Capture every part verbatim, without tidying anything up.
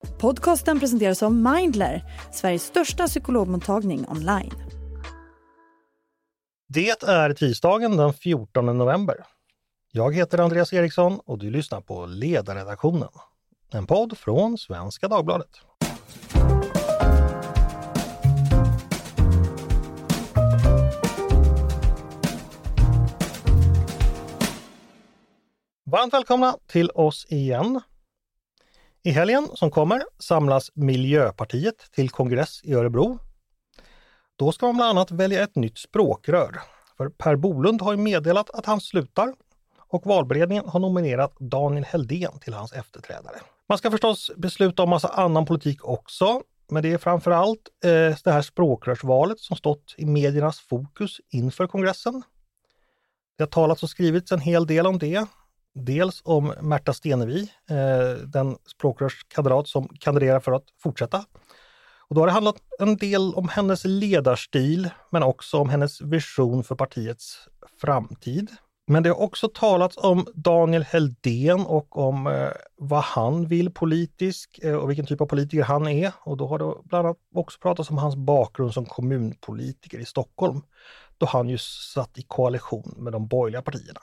Podcasten presenteras av Mindler, Sveriges största psykologmottagning online. Det är tisdagen den fjortonde november. Jag heter Andreas Eriksson och du lyssnar på Ledarredaktionen. En podd från Svenska Dagbladet. Varmt välkomna till oss igen. I helgen som kommer samlas Miljöpartiet till kongress i Örebro. Då ska man bland annat välja ett nytt språkrör. För Per Bolund har ju meddelat att han slutar och valberedningen har nominerat Daniel Heldén till hans efterträdare. Man ska förstås besluta om massa annan politik också, men det är framförallt eh, det här språkrörsvalet som stått i mediernas fokus inför kongressen. Det har talats och skrivits en hel del om det. Dels om Märta Stenevi, eh, den språkrörskandidat som kandiderar för att fortsätta. Och då har det handlat en del om hennes ledarstil men också om hennes vision för partiets framtid. Men det har också talats om Daniel Heldén och om eh, vad han vill politiskt eh, och vilken typ av politiker han är. Och då har det bland annat också pratats om hans bakgrund som kommunpolitiker i Stockholm. Då han ju satt i koalition med de borgerliga partierna.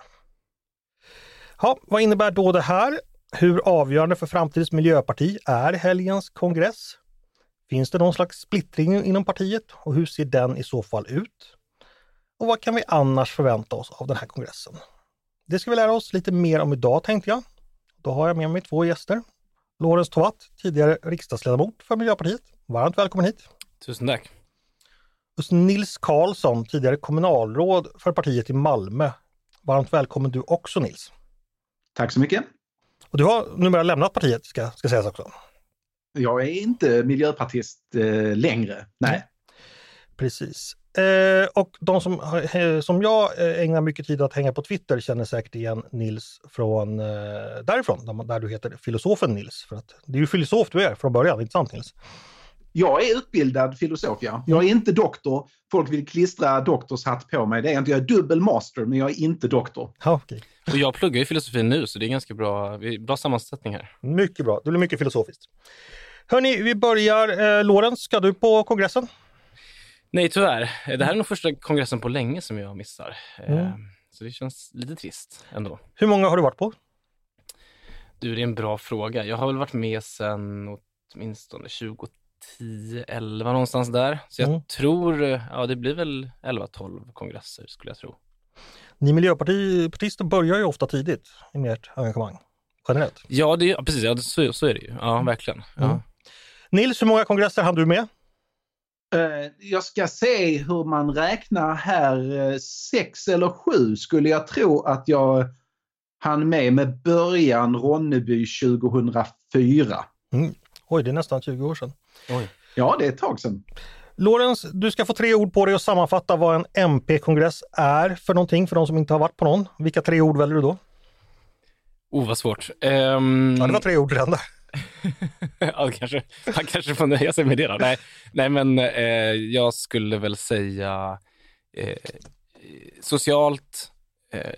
Ja, vad innebär då det här? Hur avgörande för framtidens miljöparti är helgens kongress? Finns det någon slags splittring inom partiet och hur ser den i så fall ut? Och vad kan vi annars förvänta oss av den här kongressen? Det ska vi lära oss lite mer om idag tänkte jag. Då har jag med mig två gäster. Lorentz Tovatt, tidigare riksdagsledamot för Miljöpartiet. Varmt välkommen hit. Tusen tack. Och Nils Karlsson, tidigare kommunalråd för partiet i Malmö. Varmt välkommen du också Nils. Tack så mycket. Och du har numera lämnat partiet ska, ska sägas också. Jag är inte miljöpartist eh, längre, nej. Mm. Precis. Eh, och de som, eh, som jag ägnar mycket tid att hänga på Twitter känner säkert igen Nils från eh, därifrån, där du heter filosofen Nils. För att det är ju filosof du är från början, inte sant Nils? Jag är utbildad filosof, ja. Jag är inte doktor. Folk vill klistra doktorshatt på mig. Det är inte. Jag är dubbel master, men jag är inte doktor. Ja, okay. Och jag pluggar ju filosofi nu, så det är ganska bra, bra sammansättning här. Mycket bra. Det blir mycket filosofiskt. Hörni, vi börjar. Eh, Lorentz, ska du på kongressen? Nej, tyvärr. Det här är nog första kongressen på länge som jag missar. Mm. Eh, så det känns lite trist ändå. Hur många har du varit på? Du, det är en bra fråga. Jag har väl varit med sedan åtminstone tjugo tio elva någonstans där. Så jag mm. tror, ja det blir väl elva tolv kongresser skulle jag tro. Ni miljöpartister börjar ju ofta tidigt i ert engagemang, generellt. Ja, det, ja precis, ja, så, så är det ju. Ja, mm. verkligen. Ja. Mm. Nils, hur många kongresser hann du med? Uh, jag ska se hur man räknar här. Uh, sex eller sju skulle jag tro att jag hann med med början Ronneby tjugohundrafyra. Mm. Oj, det är nästan tjugo år sedan. Oj. Ja, det är ett tag sedan. Lorentz, du ska få tre ord på dig att sammanfatta vad en M P-kongress är för någonting för de som inte har varit på någon. Vilka tre ord väljer du då? Oh, vad svårt. Um... Ja, det var tre ord redan där. ja, kanske, han kanske får nöja sig med det då. Nej, nej men eh, jag skulle väl säga eh, socialt eh,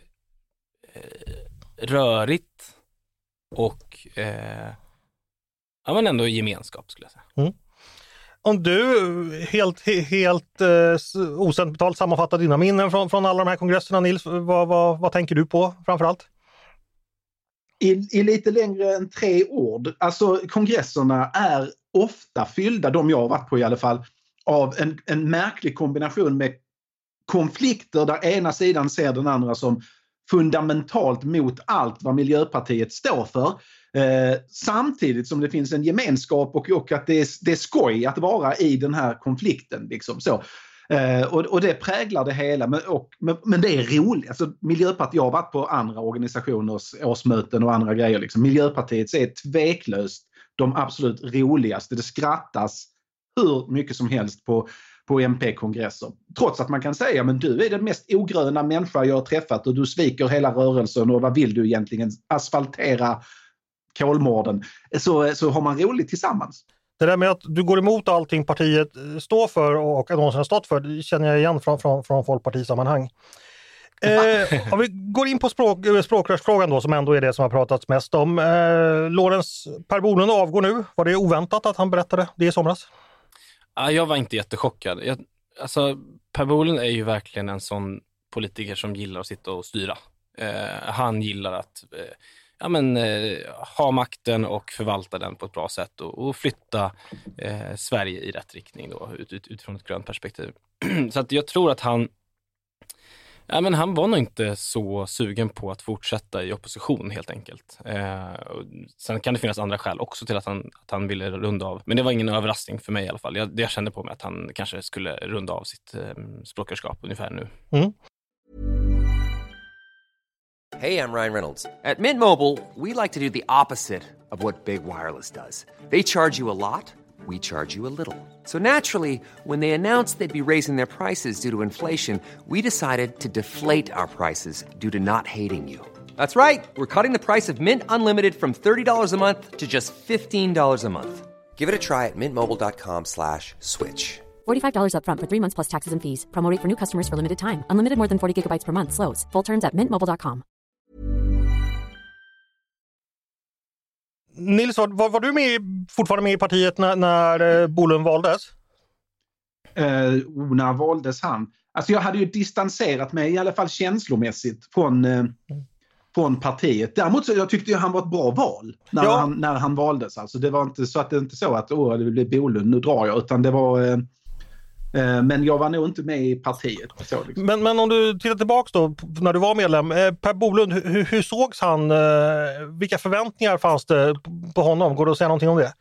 rörigt och eh, ja, men ändå gemenskap skulle jag säga. Mm. Om du helt, helt eh, osentimentalt sammanfattar dina minnen från, från alla de här kongresserna, Nils, vad, vad, vad tänker du på framförallt? I, I lite längre än tre ord. Alltså kongresserna är ofta fyllda, de jag har varit på i alla fall, av en, en märklig kombination med konflikter där ena sidan ser den andra som fundamentalt mot allt vad Miljöpartiet står för. Eh, samtidigt som det finns en gemenskap och, och att det är, det är skoj att vara i den här konflikten. Liksom, så. Eh, och, och det präglar det hela. Men, och, men, men det är roligt. Alltså, Miljöpartiet, jag har varit på andra organisationers årsmöten och andra grejer. Liksom. Miljöpartiet är tveklöst de absolut roligaste. Det skrattas hur mycket som helst på på M P-kongresser. Trots att man kan säga, men du är den mest ogröna människa jag har träffat och du sviker hela rörelsen och vad vill du egentligen? Asfaltera Kolmården. Så, så har man roligt tillsammans. Det där med att du går emot allting partiet står för och någonsin har stått för, det känner jag igen från, från, från folkpartisammanhang. Eh, om vi går in på språk, språkrörsfrågan då, som ändå är det som har pratats mest om. Eh, Lorentz, Per Bolund avgår nu. Var det oväntat att han berättade det i somras? Ja, jag var inte jättechockad. Jag, alltså, Per Bolund är ju verkligen en sån politiker som gillar att sitta och styra. Eh, han gillar att eh, ja, men, eh, ha makten och förvalta den på ett bra sätt och, och flytta eh, Sverige i rätt riktning då, ut, ut, utifrån ett grönt perspektiv. Så att jag tror att han Ja, men han var nog inte så sugen på att fortsätta i opposition helt enkelt. Eh, och sen kan det finnas andra skäl också till att han, att han ville runda av. Men det var ingen överraskning för mig i alla fall. Jag, jag kände på mig att han kanske skulle runda av sitt eh, språkrörskap ungefär nu. Mm. Hey, I'm Ryan Reynolds. At Mint Mobile, we like to do the opposite of what Big Wireless does. They charge you a lot. We charge you a little. So naturally, when they announced they'd be raising their prices due to inflation, we decided to deflate our prices due to not hating you. That's right. We're cutting the price of Mint Unlimited from thirty dollars a month to just fifteen dollars a month. Give it a try at mintmobile.com slash switch. forty-five dollars up front for three months plus taxes and fees. Promo rate for new customers for limited time. Unlimited more than forty gigabytes per month slows. Full terms at mint mobile dot com. Nils, var, var, var du med, fortfarande med i partiet när, när eh, Bolund valdes? Uh, när valdes han? Alltså jag hade ju distanserat mig i alla fall känslomässigt från, uh, från partiet. Däremot så jag tyckte jag han var ett bra val när, ja. han, när han valdes. Alltså det var inte så att det inte så att åh, det blir Bolund, nu drar jag. Utan det var... Uh, Men jag var nog inte med i partiet. Så liksom. men, men om du tittar tillbaka då, när du var medlem, Per Bolund, hur, hur sågs han? Vilka förväntningar fanns det på honom? Går det att säga någonting om det?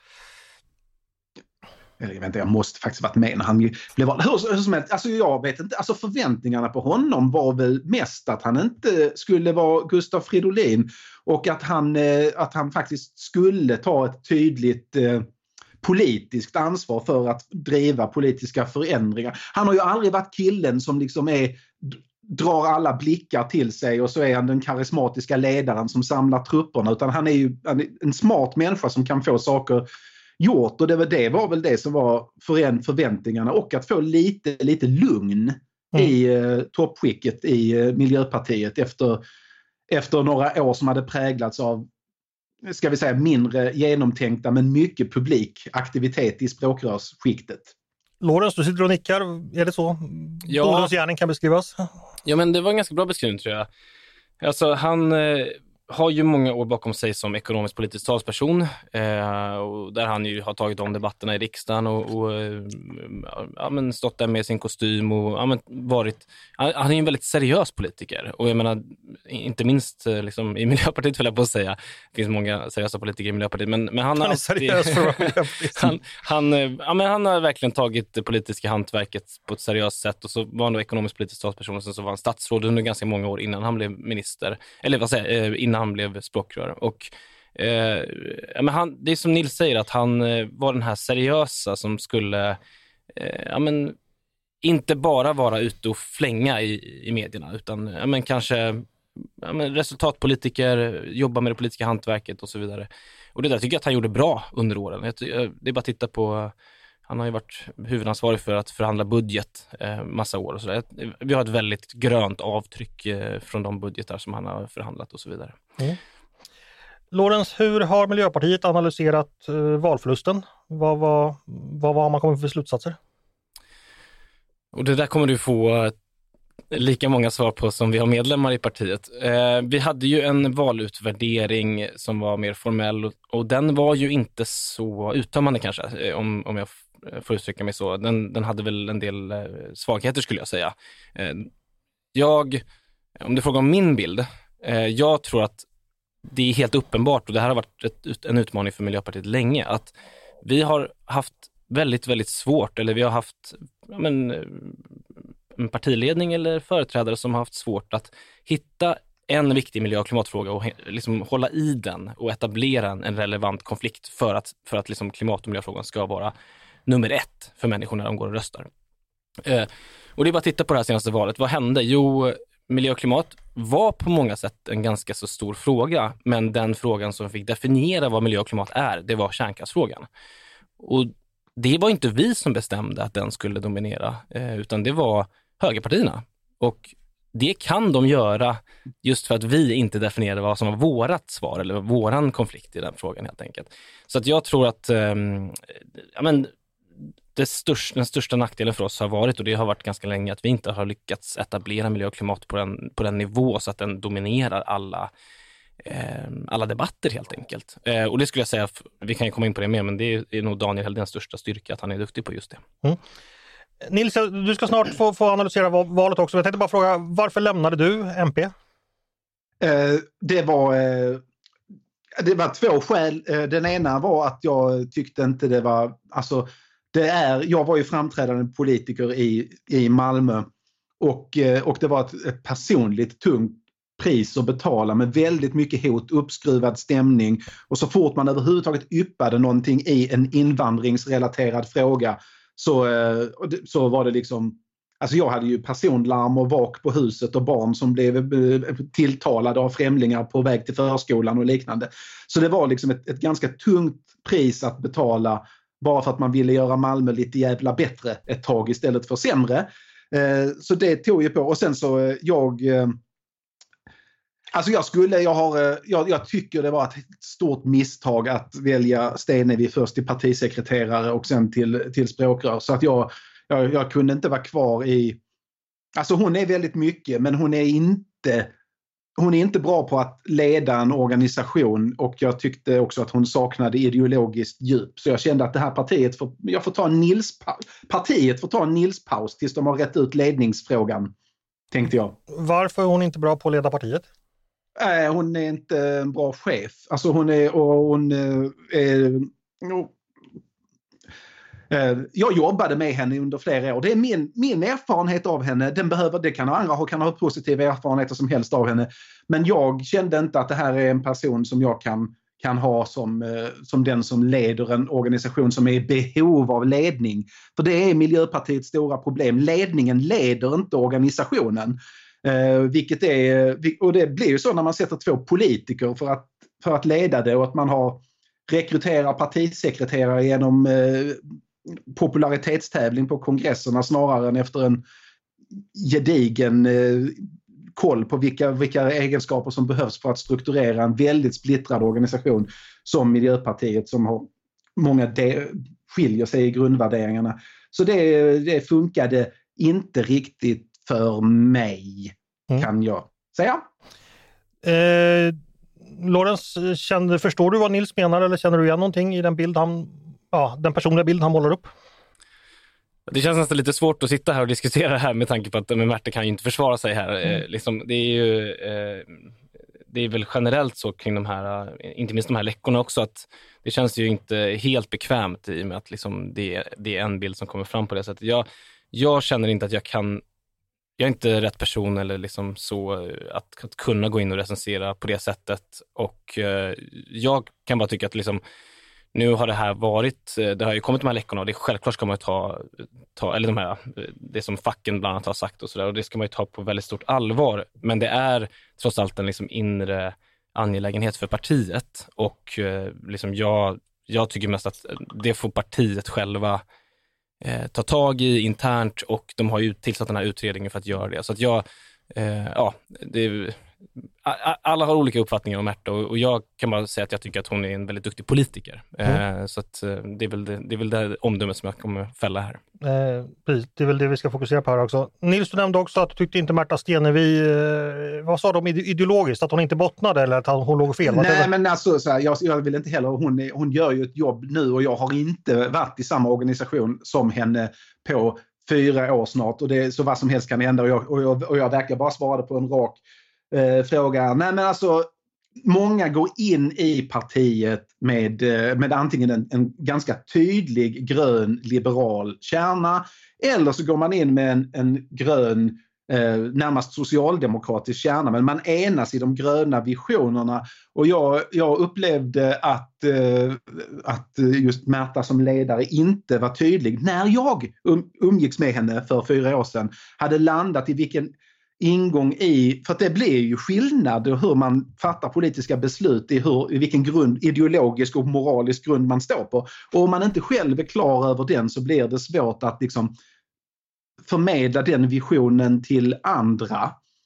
Jag vet inte, jag måste faktiskt varit med när han blev vald. Hur, hur som helst, alltså jag vet inte, alltså förväntningarna på honom var väl mest att han inte skulle vara Gustav Fridolin och att han, att han faktiskt skulle ta ett tydligt politiskt ansvar för att driva politiska förändringar. Han har ju aldrig varit killen som liksom är, drar alla blickar till sig och så är han den karismatiska ledaren som samlar trupperna, utan han är ju en smart människa som kan få saker gjort, och det var, det var väl det som var förväntningarna, och att få lite, lite lugn mm. i eh, toppskicket i eh, Miljöpartiet efter, efter några år som hade präglats av, ska vi säga, mindre genomtänkta men mycket publik aktivitet i språkrörsskiktet. Lorentz, du sitter och nickar. Är det så? Ja. Bolunds gärning kan beskrivas? Ja, men det var en ganska bra beskrivning tror jag. Alltså han eh, har ju många år bakom sig som ekonomisk politisk talsperson eh, och där han ju har tagit de debatterna i riksdagen och, och ja, men stått där med sin kostym och ja, men varit, han, han är ju en väldigt seriös politiker, och jag menar inte minst liksom, i Miljöpartiet vill jag på att säga, det finns många seriösa politiker i Miljöpartiet, men, men han, han är seriös för han, han, ja, men han har verkligen tagit det politiska hantverket på ett seriöst sätt, och så var han då ekonomisk politisk talsperson och sen så var han statsråd under ganska många år innan han blev minister, eller vad säger jag, innan han blev språkrör. Och eh, men han, det är som Nils säger, att han eh, var den här seriösa som skulle eh, ja, men, inte bara vara ute och flänga i, i medierna, utan ja, men, kanske ja, men, resultatpolitiker, jobba med det politiska hantverket och så vidare. Och det där tycker jag att han gjorde bra under åren. Jag, det är bara att titta på, han har ju varit huvudansvarig för att förhandla budget eh, massa år och så där. Vi har ett väldigt grönt avtryck eh, från de budgetar som han har förhandlat och så vidare. Mm. Lorentz, hur har Miljöpartiet analyserat eh, valförlusten? Vad, vad, vad, vad har man kommit för slutsatser? Och det där kommer du få lika många svar på som vi har medlemmar i partiet. Eh, vi hade ju en valutvärdering som var mer formell, och, och den var ju inte så uttömmande kanske, eh, om, om jag får uttrycka mig så. Den, den hade väl en del eh, svagheter skulle jag säga. Eh, jag, om du frågar om min bild, eh, jag tror att det är helt uppenbart, och det här har varit ett, en utmaning för Miljöpartiet länge, att vi har haft väldigt, väldigt svårt, eller vi har haft ja, men, en partiledning eller företrädare som har haft svårt att hitta en viktig miljö- och klimatfråga och liksom hålla i den och etablera en, en relevant konflikt för att, för att liksom klimat- och miljöfrågan ska vara nummer ett för människor när de går och röstar. Eh, och det är bara att titta på det här senaste valet. Vad hände? Jo, miljö och klimat var på många sätt en ganska så stor fråga, men den frågan som fick definiera vad miljö och klimat är, det var kärnkraftsfrågan. Och det var inte vi som bestämde att den skulle dominera, eh, utan det var högerpartierna. Och det kan de göra just för att vi inte definierade vad som var vårat svar eller våran konflikt i den frågan helt enkelt. Så att jag tror att um, ja, men, det största, den största nackdelen för oss har varit, och det har varit ganska länge, att vi inte har lyckats etablera miljö och klimat på den, på den nivå så att den dominerar alla, eh, alla debatter helt enkelt. Eh, och det skulle jag säga, vi kan ju komma in på det mer, men det är, är nog Daniel Helldéns största styrka att han är duktig på just det. Mm. Nils, du ska snart få, få analysera valet också. Jag tänkte bara fråga, varför lämnade du M P? Eh, det var... Eh... Det var två skäl. Den ena var att jag tyckte inte det var... Alltså, det är, jag var ju framträdande politiker i, i Malmö och, och det var ett, ett personligt tungt pris att betala med väldigt mycket hot, uppskruvad stämning. Och så fort man överhuvudtaget yppade någonting i en invandringsrelaterad fråga så, så var det liksom... Alltså jag hade ju personlarm och vak på huset och barn som blev tilltalade av främlingar på väg till förskolan och liknande. Så det var liksom ett, ett ganska tungt pris att betala bara för att man ville göra Malmö lite jävla bättre ett tag istället för sämre. Eh, så det tog jag på. Och sen så eh, jag... Eh, alltså jag skulle... Jag, har, eh, jag, jag tycker det var ett stort misstag att välja Stenevi först till partisekreterare och sen till, till språkrör. Så att jag... Jag, jag kunde inte vara kvar i... Alltså hon är väldigt mycket, men hon är inte hon är inte bra på att leda en organisation, och jag tyckte också att hon saknade ideologiskt djup. Så jag kände att det här partiet får, jag får ta en Nils, partiet får ta en Nils-paus tills de har rätt ut ledningsfrågan, tänkte jag. Varför är hon inte bra på att leda partiet? Äh, hon är inte en bra chef. Alltså hon är... Och hon är, jag jobbade med henne under flera år. Det är min, min erfarenhet av henne. Den behöver, det kan andra ha, kan ha positiva erfarenheter som helst av henne. Men jag kände inte att det här är en person som jag kan, kan ha som, som den som leder en organisation som är i behov av ledning. För det är Miljöpartiets stora problem. Ledningen leder inte organisationen. Eh, vilket är, och det blir ju så när man sätter två politiker för att, för att leda det, och att man har rekryterar partisekreterare genom eh, popularitetstävling på kongresserna snarare än efter en gedigen eh, koll på vilka, vilka egenskaper som behövs för att strukturera en väldigt splittrad organisation som Miljöpartiet, som har många de- skiljer sig i grundvärderingarna. Så det, det funkade inte riktigt för mig, mm. kan jag säga. Eh, Lorentz, känner, förstår du vad Nils menar, eller känner du igen någonting i den bild han, ja, den personliga bild han målar upp? Det känns nästan lite svårt att sitta här och diskutera det här med tanke på att men Märta kan ju inte försvara sig här. Mm. Eh, liksom, det är ju eh, det är väl generellt så kring de här, inte minst de här läckorna också, att det känns ju inte helt bekvämt i och med att liksom det, det är en bild som kommer fram på det sättet. Jag, jag känner inte att jag kan, jag är inte rätt person eller liksom så att, att kunna gå in och recensera på det sättet, och eh, jag kan bara tycka att liksom nu har det här varit, det har ju kommit de här läckorna, och det självklart ska man ju ta, ta eller de här, det som facken bland annat har sagt och sådär, och det ska man ju ta på väldigt stort allvar, men det är trots allt en liksom inre angelägenhet för partiet, och eh, liksom jag, jag tycker mest att det får partiet själva eh, ta tag i internt, och de har ju tillsatt den här utredningen för att göra det, så att jag, eh, ja, det är alla har olika uppfattningar om Märta, och jag kan bara säga att jag tycker att hon är en väldigt duktig politiker. Mm. Eh, så att det är väl det, det är väl det omdömet som jag kommer fälla här. Eh, precis, det är väl det vi ska fokusera på här också. Nils, du nämnde också att du tyckte inte Märta Stenevi, eh, vad sa de ideologiskt, att hon inte bottnade eller att hon låg fel? Nej, men alltså så här, jag, jag vill inte heller, hon, är, hon gör ju ett jobb nu, och jag har inte varit i samma organisation som henne på fyra år snart, och det, så vad som helst kan hända, och jag, och jag, och jag verkar bara svara på en rak Eh, fråga. Nej, men alltså, många går in i partiet med, med antingen en, en ganska tydlig grön liberal kärna, eller så går man in med en, en grön eh, närmast socialdemokratisk kärna, men man enas i de gröna visionerna, och jag, jag upplevde att, eh, att just Märta som ledare inte var tydlig när jag um, umgicks med henne för fyra år sedan, hade landat i vilken ingång i, för att det blir ju skillnad hur man fattar politiska beslut i, hur, i vilken grund, ideologisk och moralisk grund man står på. Och om man inte själv är klar över den, så blir det svårt att liksom förmedla den visionen till andra.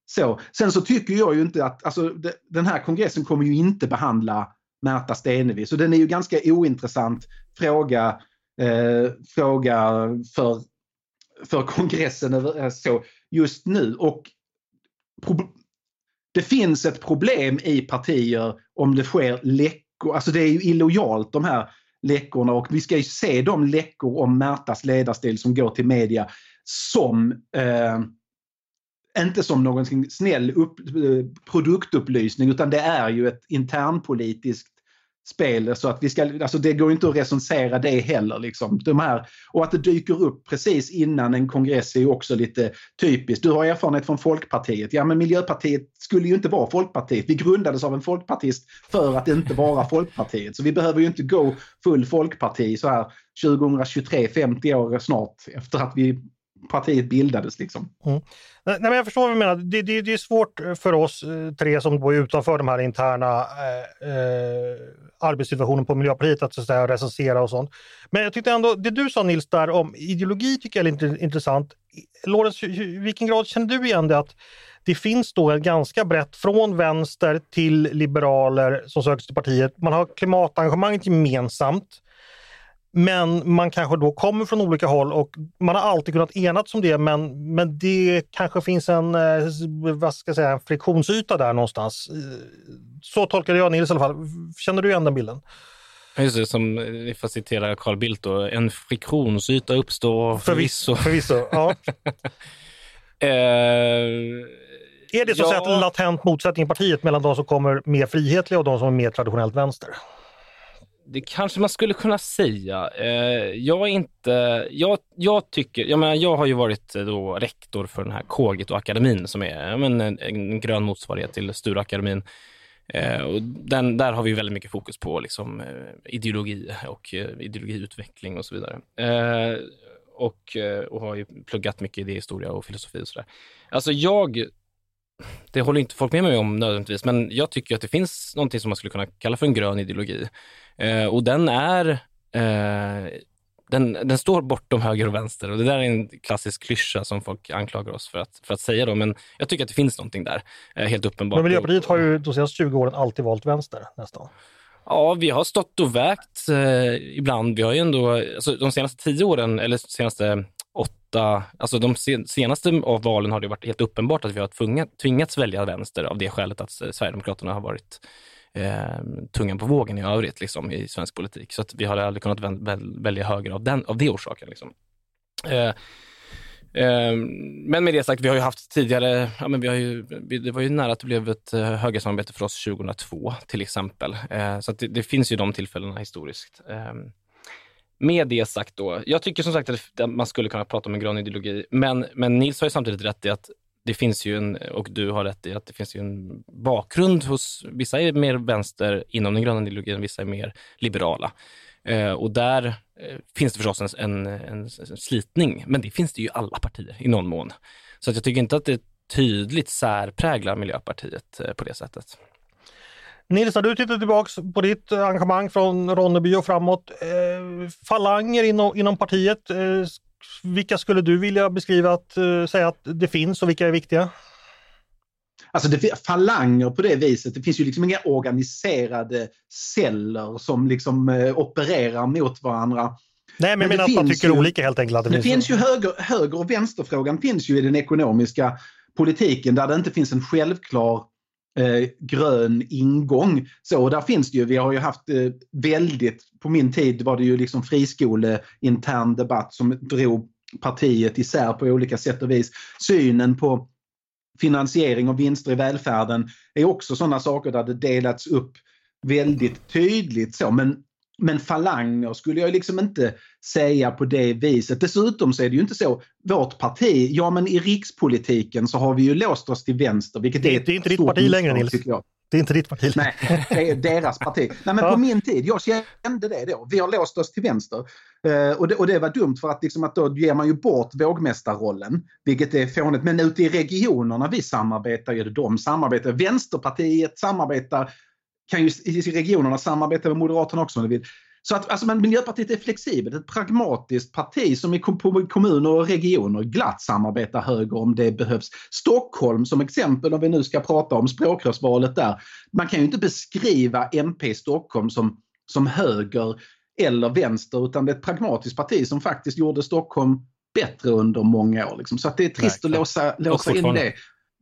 Så. Sen så tycker jag ju inte att, alltså det, den här kongressen kommer ju inte behandla Märta Stenevi. Så den är ju ganska ointressant fråga, eh, fråga för, för kongressen så just nu. Och pro- det finns ett problem i partier om det sker läckor. Alltså det är ju illojalt de här läckorna, och vi ska ju se de läckor om Märtas ledarstil som går till media som eh, inte som någon snäll upp, produktupplysning, utan det är ju ett internpolitiskt spel, så att vi ska, alltså det går inte att recensera det heller liksom. De här, och att det dyker upp precis innan en kongress är ju också lite typiskt. Du har erfarenhet från Folkpartiet. Ja, men Miljöpartiet skulle ju inte vara Folkpartiet. Vi grundades av en folkpartist för att inte vara Folkpartiet. Så vi behöver ju inte gå full folkparti så här tjugohundratjugotre, femtio år snart efter att vi partiet bildades liksom. Mm. Nej, men jag förstår vad du menar. Det, det, det är svårt för oss tre som går utanför de här interna eh, eh, arbetssituationen på Miljöpartiet att, så att säga, recensera och sånt. Men jag tyckte ändå, det du sa Nils där om ideologi tycker jag är lite intressant. Lorentz, i vilken grad känner du igen det att det finns då en ganska brett från vänster till liberaler som söker till partiet. Man har klimatengagemanget gemensamt. Men man kanske då kommer från olika håll och man har alltid kunnat enats om det, men, men det kanske finns en, vad ska jag säga, en friktionsyta där någonstans. Så tolkar jag Nils i alla fall. Känner du igen den bilden? Just det, som vi får citera Carl Bildt då, en friktionsyta uppstår förvisso. Förvisso, ja. eh, är det så ja. att säga en latent motsättning i partiet mellan de som kommer mer frihetliga och de som är mer traditionellt vänster? Det kanske man skulle kunna säga. Eh, jag är inte, jag, jag tycker, jag menar, jag har ju varit då rektor för den här Kågit och akademin som är jag menar, en, en grön motsvarighet till Sturakademin. Eh, och den, där har vi väldigt mycket fokus på liksom, eh, ideologi och eh, ideologiutveckling och så vidare. Eh, och, och har ju pluggat mycket idéhistoria och filosofi och sådär. Alltså jag, det håller inte folk med mig om nödvändigtvis, men jag tycker att det finns någonting som man skulle kunna kalla för en grön ideologi. Eh, och den är eh, den, den står bortom höger och vänster, och det där är en klassisk klyscha som folk anklagar oss för att, för att säga då, men jag tycker att det finns någonting där, eh, helt uppenbart. Men Miljöpartiet har ju de senaste tjugo åren alltid valt vänster nästan. Ja, vi har stått och vägt eh, ibland. Vi har ju ändå, alltså de senaste tio åren, eller senaste åtta, alltså de senaste av valen har det varit helt uppenbart att vi har tvingat, tvingats välja vänster av det skälet att Sverigedemokraterna har varit eh, tungan på vågen i övrigt liksom, i svensk politik. Så att vi har aldrig kunnat väl, väl, välja höger av, den, av det orsaken. Liksom. Eh, eh, men med det sagt, vi har ju haft tidigare, ja, men vi har ju, det var ju nära att det blev ett högersamarbete för oss tjugohundratvå till exempel. Eh, så att det, det finns ju de tillfällena historiskt. Eh, Med det sagt då, jag tycker som sagt att man skulle kunna prata om en grön ideologi, men, men Nils har ju samtidigt rätt i att det finns ju en, och du har rätt i att det finns ju en bakgrund hos, vissa är mer vänster inom den gröna ideologin, vissa är mer liberala. Eh, och där eh, finns det förstås en, en, en slitning, men det finns det ju i alla partier i någon mån. Så att jag tycker inte att det tydligt särpräglar Miljöpartiet eh, på det sättet. Nils, när du tittar tillbaka på ditt engagemang från Ronneby och framåt, eh, falanger inom, inom partiet, eh, vilka skulle du vilja beskriva att eh, säga att det finns och vilka är viktiga? Alltså det, falanger på det viset, det finns ju liksom inga organiserade celler som liksom eh, opererar mot varandra. Nej, men, men jag menar att man tycker ju olika helt enkelt. Att det, det finns, finns ju höger, höger- och vänsterfrågan finns ju i den ekonomiska politiken där det inte finns en självklar Eh, grön ingång. Så där finns det ju, vi har ju haft eh, väldigt, på min tid var det ju liksom friskoleintern debatt som drog partiet isär på olika sätt och vis. Synen på finansiering och vinster i välfärden är också sådana saker där det delats upp väldigt tydligt så, men Men falanger skulle jag liksom inte säga på det viset. Dessutom så är det ju inte så, vårt parti, ja men i rikspolitiken så har vi ju låst oss till vänster. Vilket det, är, det är inte ditt parti längre, Nils. Det är inte ditt parti längre. Nej, det är deras parti. Nej, men ja. På min tid, jag kände det då. Vi har låst oss till vänster. Uh, och, det, och det var dumt för att, liksom, att då ger man ju bort vågmästarrollen. Vilket är fånigt. Men ute i regionerna vi samarbetar ju, de samarbetar. Vänsterpartiet samarbetar, kan ju i regionerna samarbeta med Moderaterna också om de vill. Så att alltså, men Miljöpartiet är flexibelt, ett pragmatiskt parti som i kommuner och regioner glatt samarbetar höger om det behövs. Stockholm som exempel, om vi nu ska prata om språkrörsvalet där. Man kan ju inte beskriva M P i Stockholm som, som höger eller vänster, utan det är ett pragmatiskt parti som faktiskt gjorde Stockholm bättre under många år. Liksom. Så att det är trist Nej, att låsa, låsa in det.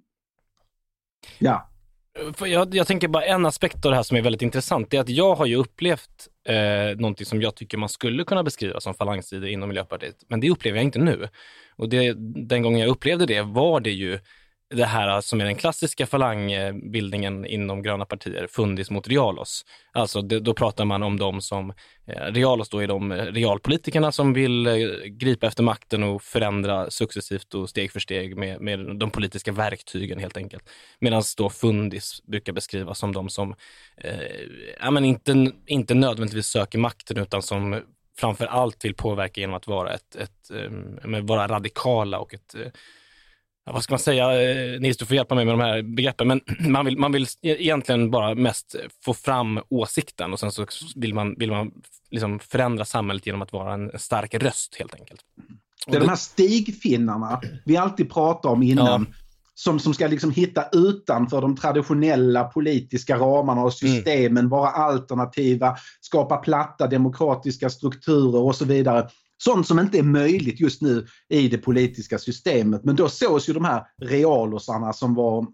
Ja. Jag, jag tänker bara en aspekt av det här som är väldigt intressant, det är att jag har ju upplevt eh, någonting som jag tycker man skulle kunna beskriva som falangsidor inom Miljöpartiet, men det upplever jag inte nu. Och det, den gången jag upplevde det var det ju det här som är den klassiska falangbildningen inom gröna partier, fundis mot realos. Alltså det, då pratar man om dem som, eh, realos då är de realpolitikerna som vill eh, gripa efter makten och förändra successivt och steg för steg med, med de politiska verktygen helt enkelt. Medan då fundis brukar beskrivas som de som eh, ja, men inte, inte nödvändigtvis söker makten utan som framför allt vill påverka genom att vara, ett, ett, eh, vara radikala och ett eh, Ja, vad ska man säga? Nils, du får hjälpa mig med de här begreppen. Men man vill, man vill egentligen bara mest få fram åsikten och sen så vill man, vill man liksom förändra samhället genom att vara en stark röst helt enkelt. Det är de här stigfinnarna vi alltid pratar om innan. Ja. Som, som ska liksom hitta utanför de traditionella politiska ramarna och systemen, mm. vara alternativa, skapa platta demokratiska strukturer och så vidare. Sånt som inte är möjligt just nu i det politiska systemet. Men då sågs ju de här realosarna som var,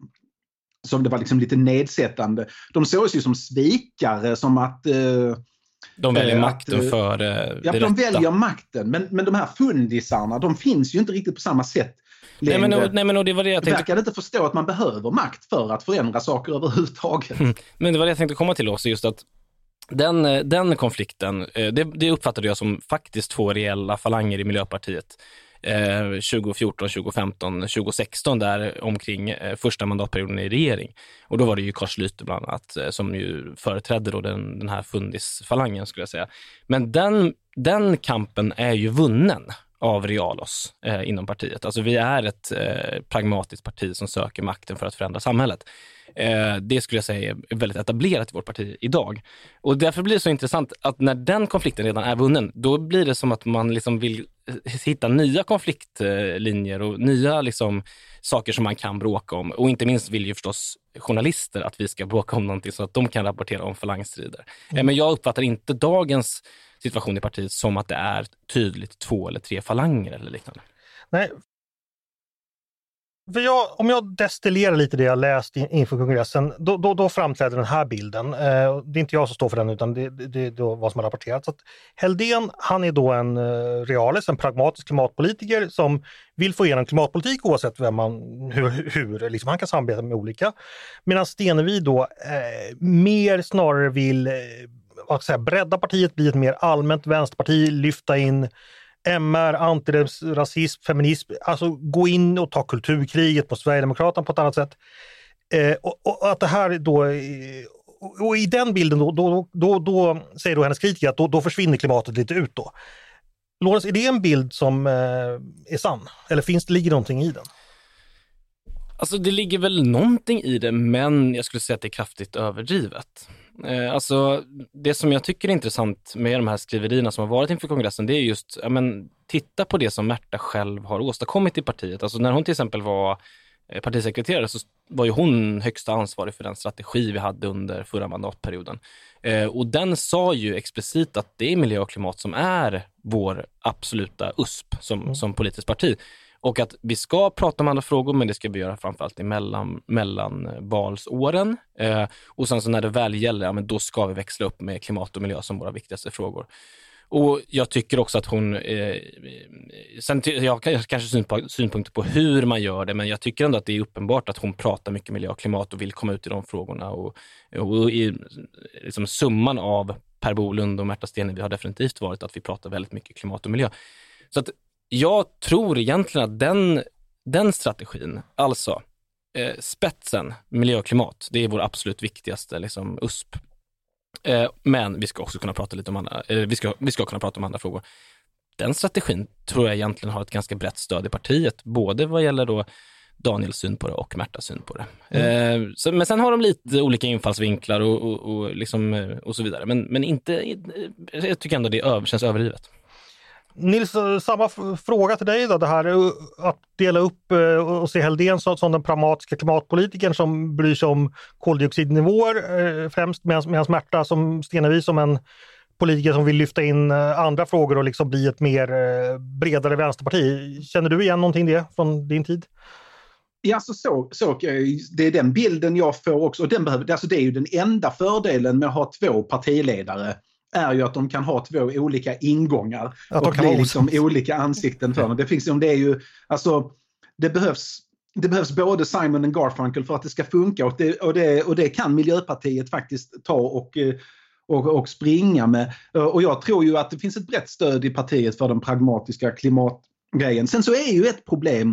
som det var liksom lite nedsättande. De sågs ju som svikare, som att... Eh, de väljer eh, makten att, för eh, Ja, de väljer makten. Men, men de här fundisarna, de finns ju inte riktigt på samma sätt längre. Nej, men, nej, men, och det var det jag tänkte... verkar inte förstå att man behöver makt för att förändra saker överhuvudtaget. Mm. Men det var det jag tänkte komma till också, just att Den, den konflikten, det, det uppfattade jag som faktiskt två reella falanger i Miljöpartiet. Eh, tjugo fjorton, tjugo femton, tjugo sexton där omkring eh, första mandatperioden i regering. Och då var det ju Carl Schlyter bland annat eh, som ju företrädde då den, den här fundisfalangen skulle jag säga. Men den, den kampen är ju vunnen av realos eh, inom partiet. Alltså vi är ett eh, pragmatiskt parti som söker makten för att förändra samhället. Eh, det skulle jag säga är väldigt etablerat i vårt parti idag. Och därför blir det så intressant att när den konflikten redan är vunnen, då blir det som att man liksom vill hitta nya konfliktlinjer och nya liksom saker som man kan bråka om. Och inte minst vill ju förstås journalister att vi ska bråka om någonting så att de kan rapportera om falangstrider. Mm. Eh, men jag uppfattar inte dagens situation i partiet som att det är tydligt två eller tre falanger eller liknande. Nej. För jag, om jag destillerar lite det jag läst inför kongressen, då, då, då framträder den här bilden. Eh, det är inte jag som står för den, utan det, det, det är då vad som har rapporterats. Så att Helldén, han är då en uh, realist, en pragmatisk klimatpolitiker som vill få igenom klimatpolitik oavsett vem man, hur, hur liksom, han kan samarbeta med olika. Medan Stenevi då eh, mer snarare vill eh, vad ska jag säga, bredda partiet, bli ett mer allmänt vänsterparti, lyfta in M R, antirasism, feminism, alltså gå in och ta kulturkriget på Sverigedemokraterna på ett annat sätt. Eh, och, och att det här då, och, och i den bilden då, då, då, då säger då hennes kritiker att då, då försvinner klimatet lite ut då. Lorentz, är det en bild som eh, är sann? Eller finns det, ligger någonting i den? Alltså det ligger väl någonting i det, men jag skulle säga att det är kraftigt överdrivet. Eh, alltså det som jag tycker är intressant med de här skriverierna som har varit inför kongressen, det är just, ja men titta på det som Märta själv har åstadkommit i partiet. Alltså när hon till exempel var partisekreterare så var ju hon högsta ansvarig för den strategi vi hade under förra mandatperioden. Eh, och den sa ju explicit att det är miljö och klimat som är vår absoluta U S P som, mm. som politiskt parti. Och att vi ska prata om andra frågor, men det ska vi göra framförallt i mellan, mellan valsåren. Eh, och sen så när det väl gäller, ja, men då ska vi växla upp med klimat och miljö som våra viktigaste frågor. Och jag tycker också att hon, eh, sen ty- jag har kanske synp- synpunkter på hur man gör det, men jag tycker ändå att det är uppenbart att hon pratar mycket miljö och klimat och vill komma ut i de frågorna. Och, och i liksom, summan av Per Bolund och Märta Stenevi har definitivt varit att vi pratar väldigt mycket klimat och miljö. Så att jag tror egentligen att den, den strategin, alltså eh, spetsen, miljö och klimat, det är vår absolut viktigaste liksom, U S P. Eh, men vi ska också kunna prata lite om andra, eh, vi, ska, vi ska kunna prata om andra frågor. Den strategin tror jag egentligen har ett ganska brett stöd i partiet, både vad gäller då Daniels syn på det och Märtas syn på det. Mm. Eh, så, men sen har de lite olika infallsvinklar och, och, och, liksom, och så vidare. Men, men inte, jag tycker ändå det över, känns överdrivet. Nils, samma f- fråga till dig då, det här att dela upp och se Helldén som, som den pragmatiska klimatpolitikern som bryr sig om koldioxidnivåer eh, främst, medan Märta som Stenevi som en politiker som vill lyfta in andra frågor och liksom bli ett mer eh, bredare vänsterparti. Känner du igen någonting det från din tid? Ja, så, så, så, det är den bilden jag får också. Och den behöver, alltså det är ju den enda fördelen med att ha två partiledare är ju att de kan ha två olika ingångar att och bli liksom olika ansikten för dem. Det finns det är ju, alltså det behövs det behövs både Simon och Garfunkel för att det ska funka och det, och det, och det kan Miljöpartiet faktiskt ta och, och, och springa med. Och jag tror ju att det finns ett brett stöd i partiet för den pragmatiska klimatgrejen. Sen så är ju ett problem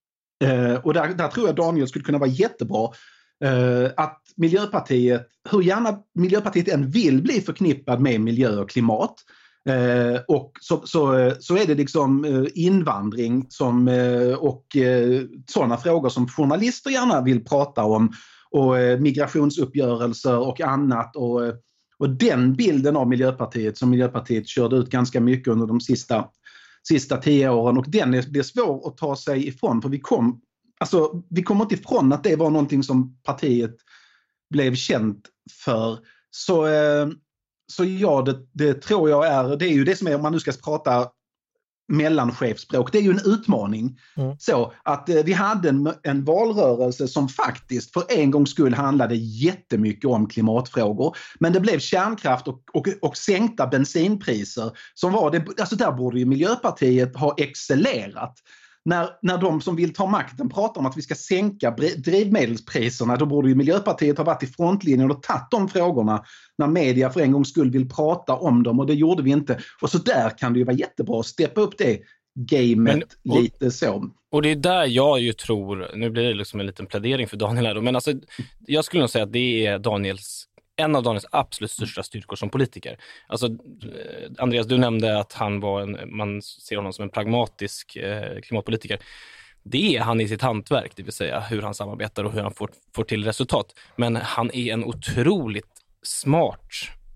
och där, där tror jag Daniel skulle kunna vara jättebra. Uh, att Miljöpartiet, hur gärna Miljöpartiet än vill bli förknippad med miljö och klimat uh, och så, så, så är det liksom uh, invandring som, uh, och uh, sådana frågor som journalister gärna vill prata om och uh, migrationsuppgörelser och annat och, uh, och den bilden av Miljöpartiet som Miljöpartiet körde ut ganska mycket under de sista, sista tio åren och den är, det är svår att ta sig ifrån för vi kom Alltså, vi kommer inte ifrån att det var någonting som partiet blev känt för. Så, eh, så ja, det, det tror jag är, det är ju det som är, om man nu ska prata mellanchefsspråk, det är ju en utmaning. Mm. Så att eh, vi hade en, en valrörelse som faktiskt för en gångs skull handlade jättemycket om klimatfrågor. Men det blev kärnkraft och, och, och sänkta bensinpriser som var det, alltså där borde ju Miljöpartiet ha excellerat. När, när de som vill ta makten pratar om att vi ska sänka drivmedelspriserna, då borde ju Miljöpartiet ha varit i frontlinjen och tagit de frågorna när media för en gångs skull vill prata om dem och det gjorde vi inte. Och så där kan det ju vara jättebra att steppa upp det gamet men, och, lite så. Och det är där jag ju tror, nu blir det liksom en liten plädering för Daniel här då, men alltså jag skulle nog säga att det är Daniels en av Daniels absolut största styrkor som politiker. Alltså, Andreas, du nämnde att han var en, man ser honom som en pragmatisk eh, klimatpolitiker. Det är han i sitt hantverk, det vill säga hur han samarbetar och hur han får, får till resultat. Men han är en otroligt smart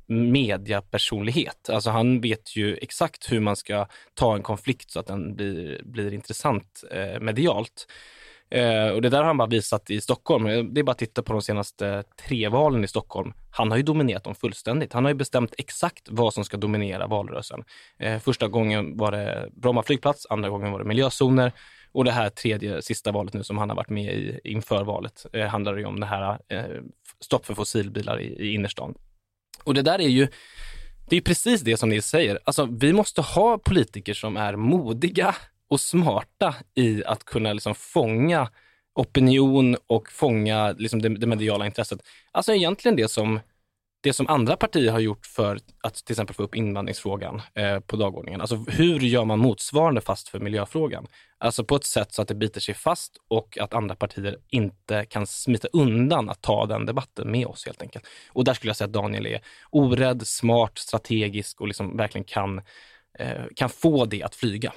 mediapersonlighet. Alltså han vet ju exakt hur man ska ta en konflikt så att den blir, blir intressant eh, medialt. Uh, och det där har han bara visat i Stockholm. Det är bara att titta på de senaste tre valen i Stockholm. Han har ju dominerat dem fullständigt. Han har ju bestämt exakt vad som ska dominera valrörelsen. Uh, första gången var det Bromma flygplats, andra gången var det miljözoner. Och det här tredje, sista valet nu som han har varit med i inför valet uh, handlar ju om det här uh, stopp för fossilbilar i, i innerstan. Och det där är ju, det är precis det som ni säger. Alltså vi måste ha politiker som är modiga och smarta i att kunna liksom fånga opinion och fånga liksom det, det mediala intresset. Alltså egentligen det som, det som andra partier har gjort för att till exempel få upp invandringsfrågan eh, på dagordningen. Alltså hur gör man motsvarande fast för miljöfrågan? Alltså på ett sätt så att det biter sig fast och att andra partier inte kan smita undan att ta den debatten med oss helt enkelt. Och där skulle jag säga att Daniel är orädd, smart, strategisk och liksom verkligen kan, eh, kan få det att flyga.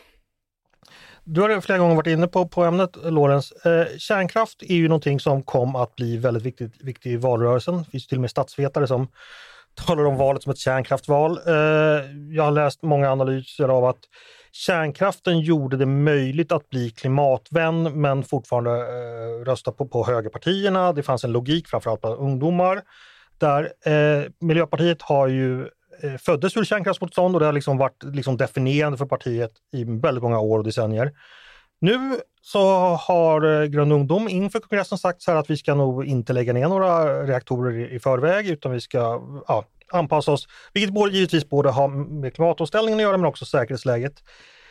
Du har flera gånger varit inne på, på ämnet, Lorenz. Eh, kärnkraft är ju någonting som kom att bli väldigt viktigt, viktigt i valrörelsen. Det finns till och med statsvetare som talar om valet som ett kärnkraftval. Eh, jag har läst många analyser av att kärnkraften gjorde det möjligt att bli klimatvän men fortfarande eh, rösta på, på högerpartierna. Det fanns en logik framförallt bland ungdomar. Där eh, Miljöpartiet har ju föddes ur kärnkraftsmotstånd och det har liksom varit liksom definierande för partiet i väldigt många år och decennier. Nu så har Grön ungdom inför kongressen sagt så här att vi ska nog inte lägga ner några reaktorer i, i förväg utan vi ska ja, anpassa oss, vilket både, givetvis både har med klimatomställningen att göra men också säkerhetsläget.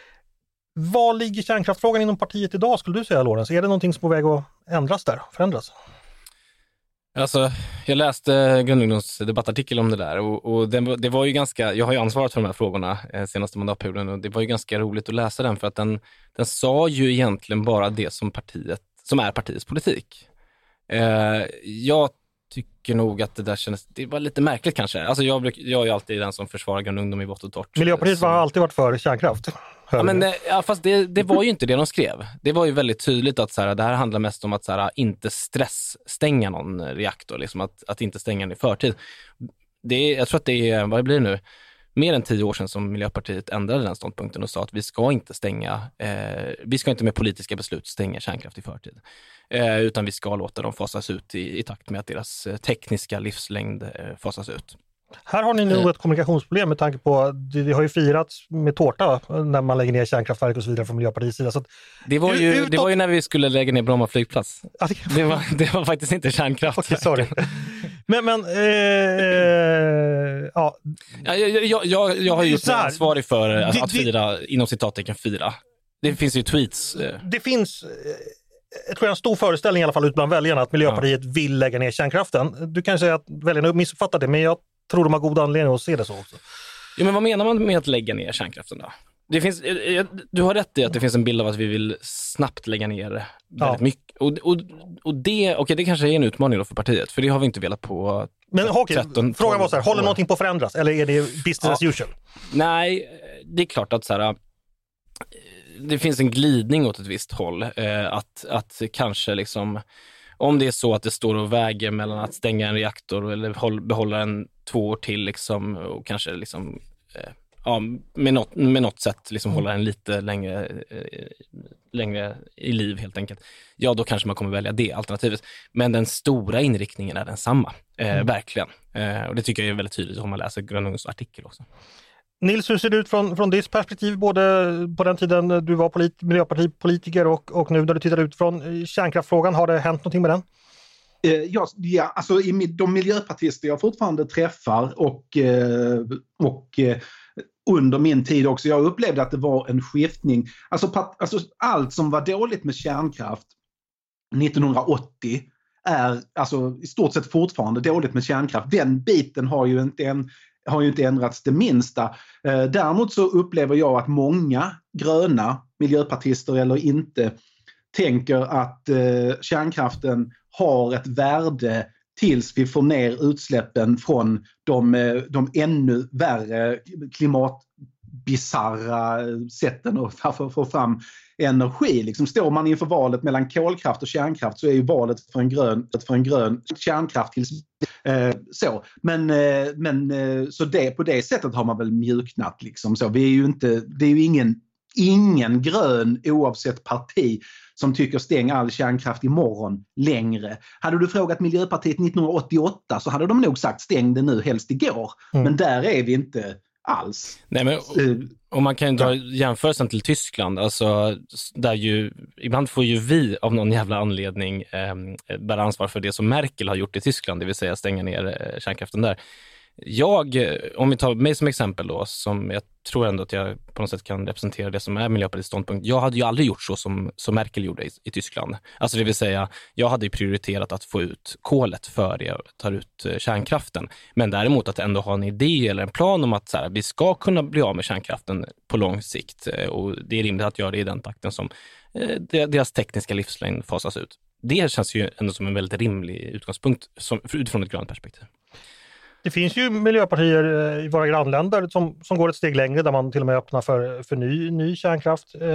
Var ligger kärnkraftfrågan inom partiet idag skulle du säga, Lorenz? Är det någonting som är på väg att ändras där, förändras? Alltså, jag läste Grön ungdoms debattartikel om det där och, och det, det var ju ganska, jag har ju ansvarat för de här frågorna eh, senaste mandatperioden och det var ju ganska roligt att läsa den för att den, den sa ju egentligen bara det som partiet, som är partiets politik. Eh, jag tycker nog att det där kändes, det var lite märkligt kanske. Alltså jag, bruk, jag är ju alltid den som försvarar Grön ungdom i vått och torrt. Miljöpartiet har alltid varit för kärnkraft. Ja, men, ja, fast det, det var ju inte det de skrev. Det var ju väldigt tydligt att så här, det här handlar mest om att så här, inte stressstänga någon reaktor, liksom, att, att inte stänga den i förtid. Det, jag tror att det är, vad blir det nu? Mer än tio år sedan som Miljöpartiet ändrade den ståndpunkten och sa att vi ska inte stänga, eh, vi ska inte med politiska beslut stänga kärnkraft i förtid. Eh, utan vi ska låta dem fasas ut i, i takt med att deras tekniska livslängd eh, fasas ut. Här har ni nog ett kommunikationsproblem med tanke på att det har ju firats med tårta när man lägger ner kärnkraftverk och så vidare från Miljöpartiets sida. Så att, det, var ju, utåt... det var ju när vi skulle lägga ner Bromma flygplats. Ja, det... Det, var, det var faktiskt inte kärnkraft. Okej, sorry. Men, men eh, ja. Ja, jag, jag, jag, jag har ju gjort mig ansvarig för att, det, att fira, inom citattecken fira. Det finns ju tweets. Det finns... Jag tror jag en stor föreställning i alla fall ut bland väljarna att Miljöpartiet ja. vill lägga ner kärnkraften. Du kan säga att väljarna missuppfattar det, men jag tror de har god anledning att se det så också. Ja, men vad menar man med att lägga ner kärnkraften då? Det finns, du har rätt i att det finns en bild av att vi vill snabbt lägga ner väldigt ja. mycket. Och, och, och det, okay, det kanske är en utmaning då för partiet, för det har vi inte velat på. Men okay, tretton, frågan var så här, håller någonting på att förändras eller är det business ja. as usual? Nej, det är klart att så här, det finns en glidning åt ett visst håll. Eh, att, att kanske liksom, om det är så att det står och väger mellan att stänga en reaktor eller håll, behålla den två år till liksom, och kanske liksom, eh, ja, med, något, med något sätt liksom hålla den lite längre, eh, längre i liv helt enkelt. Ja, då kanske man kommer välja det alternativet. Men den stora inriktningen är densamma, eh, mm. verkligen. Eh, och det tycker jag är väldigt tydligt om man läser Grön Ungs artikel också. Nils, hur ser det ut från, från ditt perspektiv, både på den tiden du var polit, miljöpartipolitiker och, och nu när du tittar ut från kärnkraftfrågan? Har det hänt någonting med den? Ja, ja alltså i de miljöpartister jag fortfarande träffar och, och under min tid också, jag upplevde att det var en skiftning. Alltså, alltså allt som var dåligt med kärnkraft nittonhundraåttio är alltså i stort sett fortfarande dåligt med kärnkraft. Den biten har ju inte en har ju inte ändrats det minsta. Eh, däremot så upplever jag att många gröna miljöpartister eller inte tänker att eh, kärnkraften har ett värde tills vi får ner utsläppen från de, de ännu värre klimatbisarra sätten att få fram energi. Liksom står man inför valet mellan kolkraft och kärnkraft så är ju valet för en grön, för en grön kärnkraft tills eh, så. Men, eh, men eh, så det, på det sättet har man väl mjuknat liksom så. Vi är ju inte, det är ju ingen, ingen grön oavsett parti som tycker stäng all kärnkraft imorgon längre. Hade du frågat Miljöpartiet nittonhundraåttioåtta så hade de nog sagt stäng det nu helst igår. Mm. Men där är vi inte alls. Nej, men, och man kan ju dra jämförelsen till Tyskland, alltså där ju, ibland får ju vi av någon jävla anledning eh, bära ansvar för det som Merkel har gjort i Tyskland, det vill säga stänga ner eh, kärnkraften där. Jag, om vi tar mig som exempel då, som jag tror ändå att jag på något sätt kan representera det som är Miljöpartiets ståndpunkt. Jag hade ju aldrig gjort så som, som Merkel gjorde i, i Tyskland. Alltså det vill säga, jag hade ju prioriterat att få ut kolet före jag tar ut uh, kärnkraften. Men däremot att ändå ha en idé eller en plan om att så här, vi ska kunna bli av med kärnkraften på lång sikt. Uh, och det är rimligt att göra det i den takten som uh, deras tekniska livslängd fasas ut. Det känns ju ändå som en väldigt rimlig utgångspunkt som, utifrån ett grönt perspektiv. Det finns ju miljöpartier i våra grannländer som, som går ett steg längre där man till och med öppnar för, för ny, ny kärnkraft. Eh,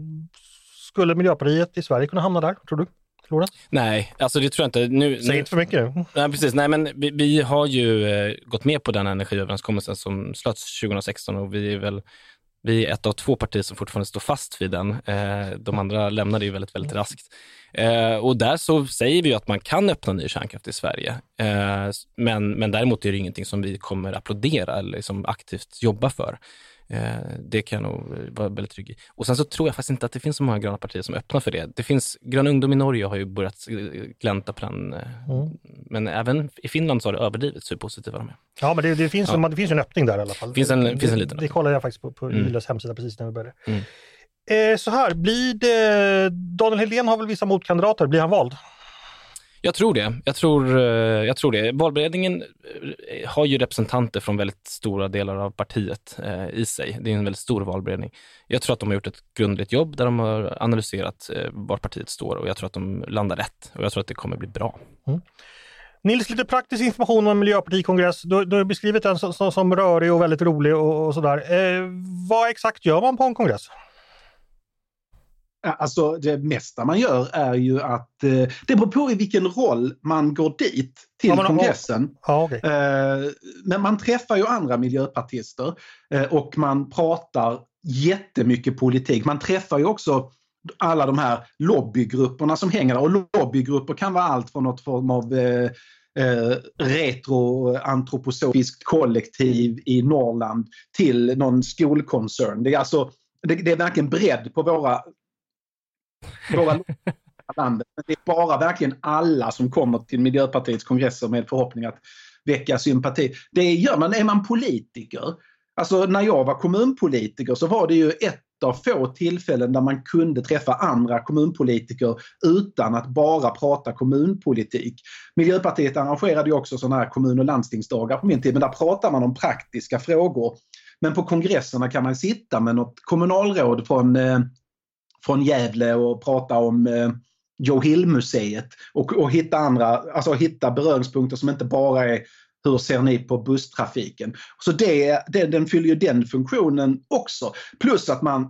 skulle Miljöpartiet i Sverige kunna hamna där, tror du? Florens? Nej, alltså det tror jag inte. Nu, Säg nu, inte för mycket nu. Nej, precis. Nej, men vi, vi har ju eh, gått med på den energiöverenskommelsen som slöts tjugohundrasexton och vi är väl vi är ett av två partier som fortfarande står fast vid den. Eh, de andra lämnade ju väldigt, väldigt raskt. Eh, och där så säger vi ju att man kan öppna ny kärnkraft i Sverige. Eh, men, men däremot är det ingenting som vi kommer applådera eller liksom aktivt jobba för. Eh, det kan jag nog vara väldigt trygg i. Och sen så tror jag faktiskt inte att det finns så många gröna partier som öppnar för det. Det finns, Grön Ungdom i Norge har ju börjat glänta på den. Mm. Men även i Finland så har det överdrivits hur positiva de är. Ja, men det, det, finns, ja. en, det finns en öppning där i alla fall. Finns en, det, finns en liten. Det, det kollade jag faktiskt på, på mm. Yles hemsida precis när vi började. Mm. Eh, så här, blir det... Daniel Helldén har väl vissa motkandidater. Blir han vald? Jag tror det. Jag tror, jag tror det. Valberedningen har ju representanter från väldigt stora delar av partiet eh, i sig. Det är en väldigt stor valberedning. Jag tror att de har gjort ett grundligt jobb där de har analyserat eh, var partiet står och jag tror att de landar rätt. Och jag tror att det kommer bli bra. Mm. Nils, lite praktisk information om Miljöpartikongress. Du, du har beskrivit den som, som, som rörig och väldigt rolig och, och sådär. Eh, vad exakt gör man på en kongress? Alltså det mesta man gör är ju att eh, det beror på i vilken roll man går dit till ja, men, kongressen. Ja, okay. eh, men man träffar ju andra miljöpartister eh, och man pratar jättemycket politik. Man träffar ju också alla de här lobbygrupperna som hänger där, och lobbygrupper kan vara allt från något form av eh, eh, retro-antroposofiskt kollektiv i Norrland till någon skolkoncern. Det är alltså det, det är verkligen bredd på våra våra landet. Det är bara verkligen alla som kommer till Miljöpartiets kongresser med förhoppning att väcka sympati. Det gör man, är man politiker. Alltså när jag var kommunpolitiker så var det ju ett av få tillfällen där man kunde träffa andra kommunpolitiker utan att bara prata kommunpolitik. Miljöpartiet arrangerade ju också sådana här kommun- och landstingsdagar på min tid, men där pratar man om praktiska frågor. Men på kongresserna kan man sitta med något kommunalråd från eh, från Gävle och prata om eh, Joe Hill-museet och, och hitta andra, alltså hitta beröringspunkter som inte bara är hur ser ni på busstrafiken. Så det, det, den fyller ju den funktionen också. Plus att man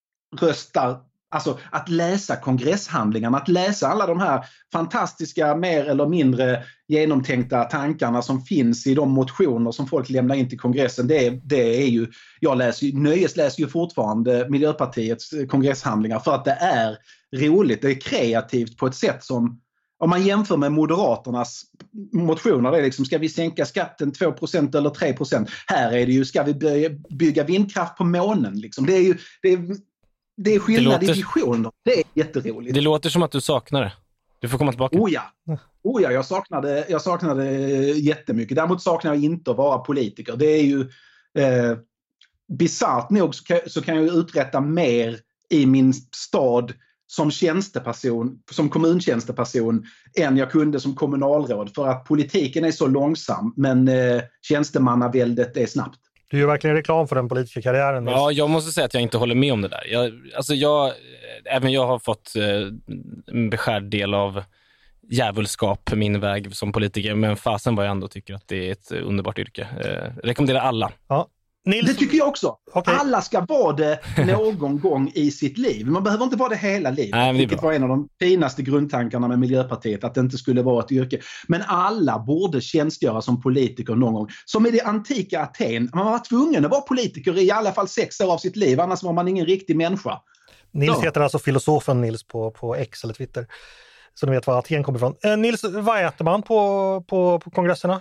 röstar, alltså att läsa kongresshandlingarna, att läsa alla de här fantastiska, mer eller mindre genomtänkta tankarna som finns i de motioner som folk lämnar in till kongressen. Det, det är ju, jag läser, nöjesläser ju fortfarande Miljöpartiets kongresshandlingar för att det är roligt, det är kreativt på ett sätt som, om man jämför med Moderaternas motioner, det är liksom, ska vi sänka skatten två procent eller tre procent? Här är det ju, ska vi bygga vindkraft på månen? Liksom. Det är ju, det är, det är skillnad det låter, i visioner. Det är jätteroligt. Det låter som att du saknar det. Du får komma tillbaka. Oh ja, oh ja jag, saknade, jag saknade jättemycket. Däremot saknar jag inte att vara politiker. Det är ju eh, bisarrt nog så kan, så kan jag uträtta mer i min stad som tjänsteperson, som kommuntjänsteperson än jag kunde som kommunalråd. För att politiken är så långsam, men eh, tjänstemannaväldet är snabbt. Du gör verkligen reklam för den politiska karriären. Ja, jag måste säga att jag inte håller med om det där. Jag, alltså jag, även jag har fått eh, en beskärd del av djävulskap min väg som politiker, men fasen vad jag ändå tycker att det är ett underbart yrke. Eh, rekommenderar alla. Ja. Nils... Det tycker jag också. Okay. Alla ska vara det någon gång i sitt liv. Man behöver inte vara det hela livet. Nej, det vilket var en av de finaste grundtankarna med Miljöpartiet, att det inte skulle vara ett yrke. Men alla borde tjänstgöra som politiker någon gång. Som i det antika Aten. Man var tvungen att vara politiker i alla fall sex år av sitt liv. Annars var man ingen riktig människa. Nils Så. heter alltså filosofen Nils på, på X eller Twitter. Så ni vet var Aten kommer ifrån. Eh, Nils, vad äter man på, på, på kongresserna?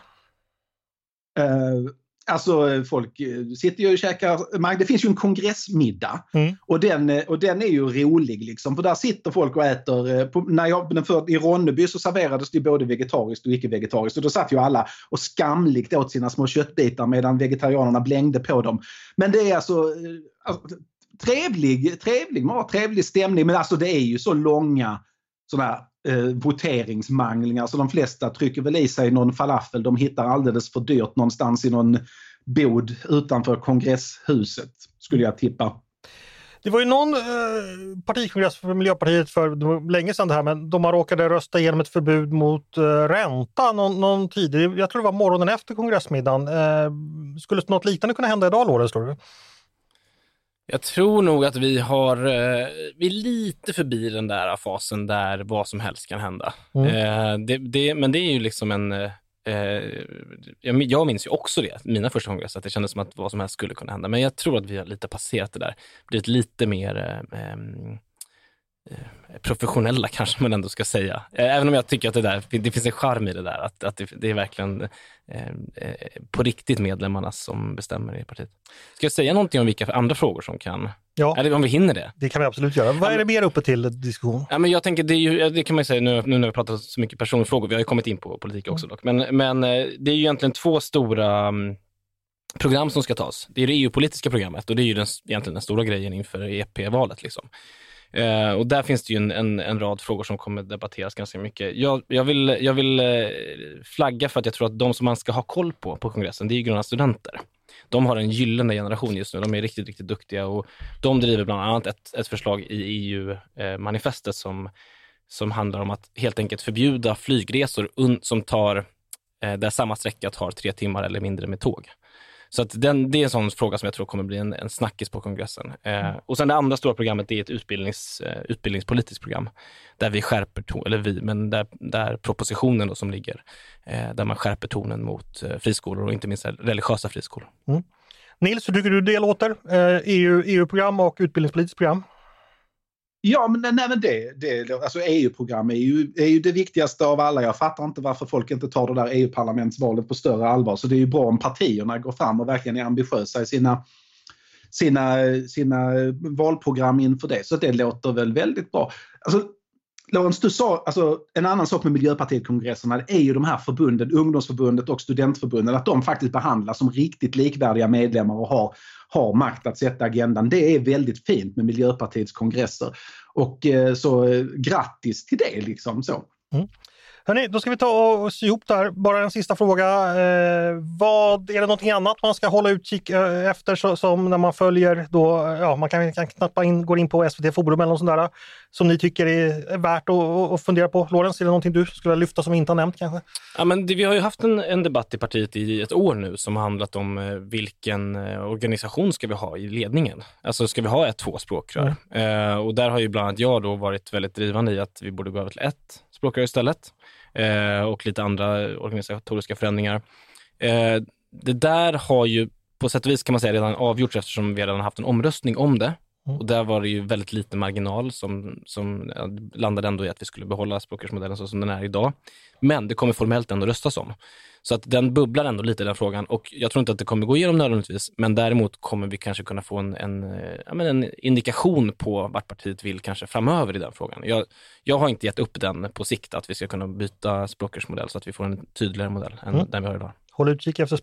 Uh, Alltså folk sitter ju och käkar, det finns ju en kongressmiddag mm. och, den, och den är ju rolig liksom, för där sitter folk och äter, på, när jag, för, i Ronneby så serverades det både vegetariskt och icke-vegetariskt och då satt ju alla och skamligt åt sina små köttbitar medan vegetarianerna blängde på dem. Men det är alltså, alltså trevlig, trevlig mat, trevlig stämning, men alltså det är ju så långa sådana här eh, voteringsmanglingar så de flesta trycker väl i sig någon falafel de hittar alldeles för dyrt någonstans i någon bod utanför kongresshuset, skulle jag tippa. Det var ju någon eh, partikongress för Miljöpartiet för länge sedan det här, men de har råkade rösta igenom ett förbud mot eh, ränta någon, någon tid. Jag tror det var morgonen efter kongressmiddagen. Eh, skulle något liknande kunna hända idag, Lorenz, tror du? Jag tror nog att vi har eh, vi är lite förbi den där fasen där vad som helst kan hända. Mm. Eh, det, det, men det är ju liksom en... Eh, jag, jag minns ju också det, mina första kongresser, att det kändes som att vad som helst skulle kunna hända. Men jag tror att vi har lite passerat det där. Blivit lite mer... Eh, eh, professionella kanske man ändå ska säga. Även om jag tycker att det där, det finns en charm i det där. Att, att det, det är verkligen eh, på riktigt medlemmarna som bestämmer i partiet. Ska jag säga någonting om vilka andra frågor som kan... Ja, eller om vi hinner det. Det kan vi absolut göra. Vad är det mer uppe till diskussion? Ja, men jag tänker, det, är ju, det kan man ju säga nu, nu när vi pratar så mycket personfrågor. Vi har ju kommit in på politik också dock. Men, men det är ju egentligen två stora program som ska tas. Det är det E U-politiska programmet och det är ju den, egentligen den stora grejen inför E P-valet liksom. Uh, och där finns det ju en, en, en rad frågor som kommer debatteras ganska mycket. Jag, jag vill, jag vill uh, flagga för att jag tror att de som man ska ha koll på på kongressen, det är ju gröna studenter. De har en gyllene generation just nu. De är riktigt, riktigt duktiga och de driver bland annat ett, ett förslag i E U-manifestet som, som handlar om att helt enkelt förbjuda flygresor un, som tar eh, där samma sträcka tar tre timmar eller mindre med tåg. Så att den, det är en sån fråga som jag tror kommer bli en, en snackis på kongressen. Eh, och sen det andra stora programmet är ett utbildnings, eh, utbildningspolitiskt program där vi skärper ton, eller vi, men där, där propositionen då som ligger, eh, där man skärper tonen mot eh, friskolor och inte minst religiösa friskolor. Mm. Nils, hur tycker du det låter? Eh, E U, E U-program och utbildningspolitiskt program? Ja, men, nej, men det, det, alltså E U-program är ju, är ju det viktigaste av alla. Jag fattar inte varför folk inte tar det där E U-parlamentsvalet på större allvar. Så det är ju bra om partierna går fram och verkligen är ambitiösa i sina, sina, sina valprogram inför det. Så det låter väl väldigt bra. Alltså, Lorentz, du sa, alltså, en annan sak med Miljöpartiet-kongresserna är ju de här förbunden, ungdomsförbundet och studentförbunden, att de faktiskt behandlas som riktigt likvärdiga medlemmar och har, har makt att sätta agendan. Det är väldigt fint med Miljöpartiets kongresser. Och eh, så eh, grattis till det liksom så. Mm. Hörrni, då ska vi ta och sy ihop där. Bara en sista fråga. Eh, vad, är det någonting annat man ska hålla utkik eh, efter så, som när man följer då, ja, man kan, kan knappa in, går in på S V T Forum eller något sånt där som ni tycker är värt att, att fundera på? Lorentz, är det någonting du skulle lyfta som vi inte har nämnt kanske? Ja, men det, vi har ju haft en, en debatt i partiet i ett år nu som har handlat om eh, vilken eh, organisation ska vi ha i ledningen. Alltså ska vi ha ett två språkrör? Mm. Eh, och där har ju bland annat jag då varit väldigt drivande i att vi borde gå över till ett språkrör istället. Eh, och lite andra organisatoriska förändringar. Eh, det där har ju på sätt och vis kan man säga redan avgjorts eftersom vi redan haft en omröstning om det. Mm. Och där var det ju väldigt lite marginal som, som ja, landade ändå i att vi skulle behålla språkrörsmodellen så som den är idag. Men det kommer formellt ändå röstas om. Så att den bubblar ändå lite i den frågan och jag tror inte att det kommer gå igenom nödvändigtvis, men däremot kommer vi kanske kunna få en, en, ja, men en indikation på vart partiet vill kanske framöver i den frågan. Jag, jag har inte gett upp den på sikt att vi ska kunna byta språkrörsmodell så att vi får en tydligare modell än mm. den vi har idag. Håll utkik efter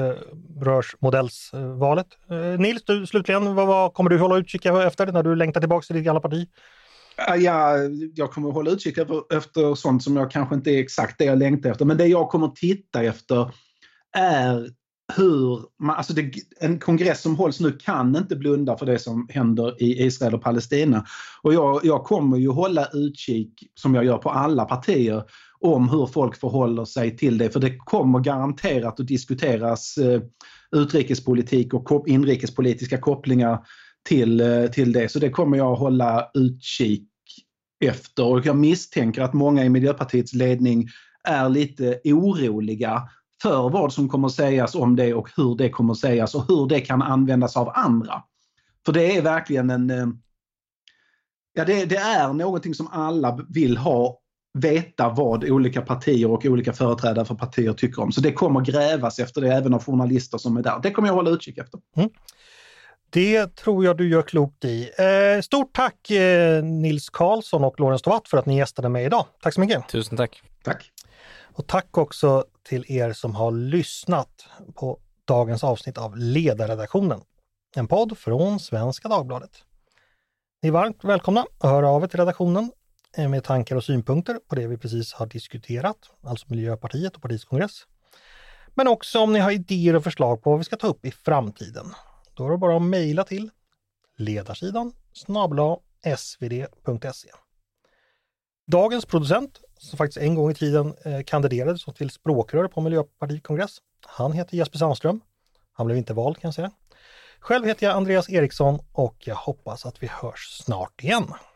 språkrörsmodellsvalet. Eh, Nils, du slutligen, vad, vad kommer du hålla utkik efter när du längtar tillbaka till ditt gamla parti? Ja, jag kommer att hålla utkik efter sånt som jag kanske inte är exakt det jag längtar efter. Men det jag kommer att titta efter är hur man, alltså det, en kongress som hålls nu kan inte blunda för det som händer i Israel och Palestina. Och jag, jag kommer ju hålla utkik som jag gör på alla partier om hur folk förhåller sig till det. För det kommer garanterat att diskuteras eh, utrikespolitik och inrikespolitiska kopplingar till, eh, till det. Så det kommer jag hålla utkik efter. Och jag misstänker att många i Miljöpartiets ledning är lite oroliga för vad som kommer att sägas om det och hur det kommer att sägas och hur det kan användas av andra. För det är verkligen en... Eh, ja, det, det är någonting som alla vill ha, veta vad olika partier och olika företrädare för partier tycker om. Så det kommer grävas efter det även av journalister som är där. Det kommer jag hålla utkik efter. Mm. Det tror jag du gör klokt i. Eh, stort tack eh, Nils Karlsson och Lorentz Tovatt för att ni gästade mig idag. Tack så mycket. Tusen tack. Tack. Och tack också till er som har lyssnat på dagens avsnitt av Ledarredaktionen. En podd från Svenska Dagbladet. Ni är varmt välkomna att höra av er till redaktionen med tankar och synpunkter på det vi precis har diskuterat, alltså Miljöpartiet och partiets kongress. Men också om ni har idéer och förslag på vad vi ska ta upp i framtiden. Då är det bara att mejla till ledarsidan snabel-a s v d punkt se. Dagens producent, som faktiskt en gång i tiden eh, kandiderade som till språkrör på Miljöpartikongress, han heter Jesper Sandström. Han blev inte vald kan jag säga. Själv heter jag Andreas Eriksson och jag hoppas att vi hörs snart igen.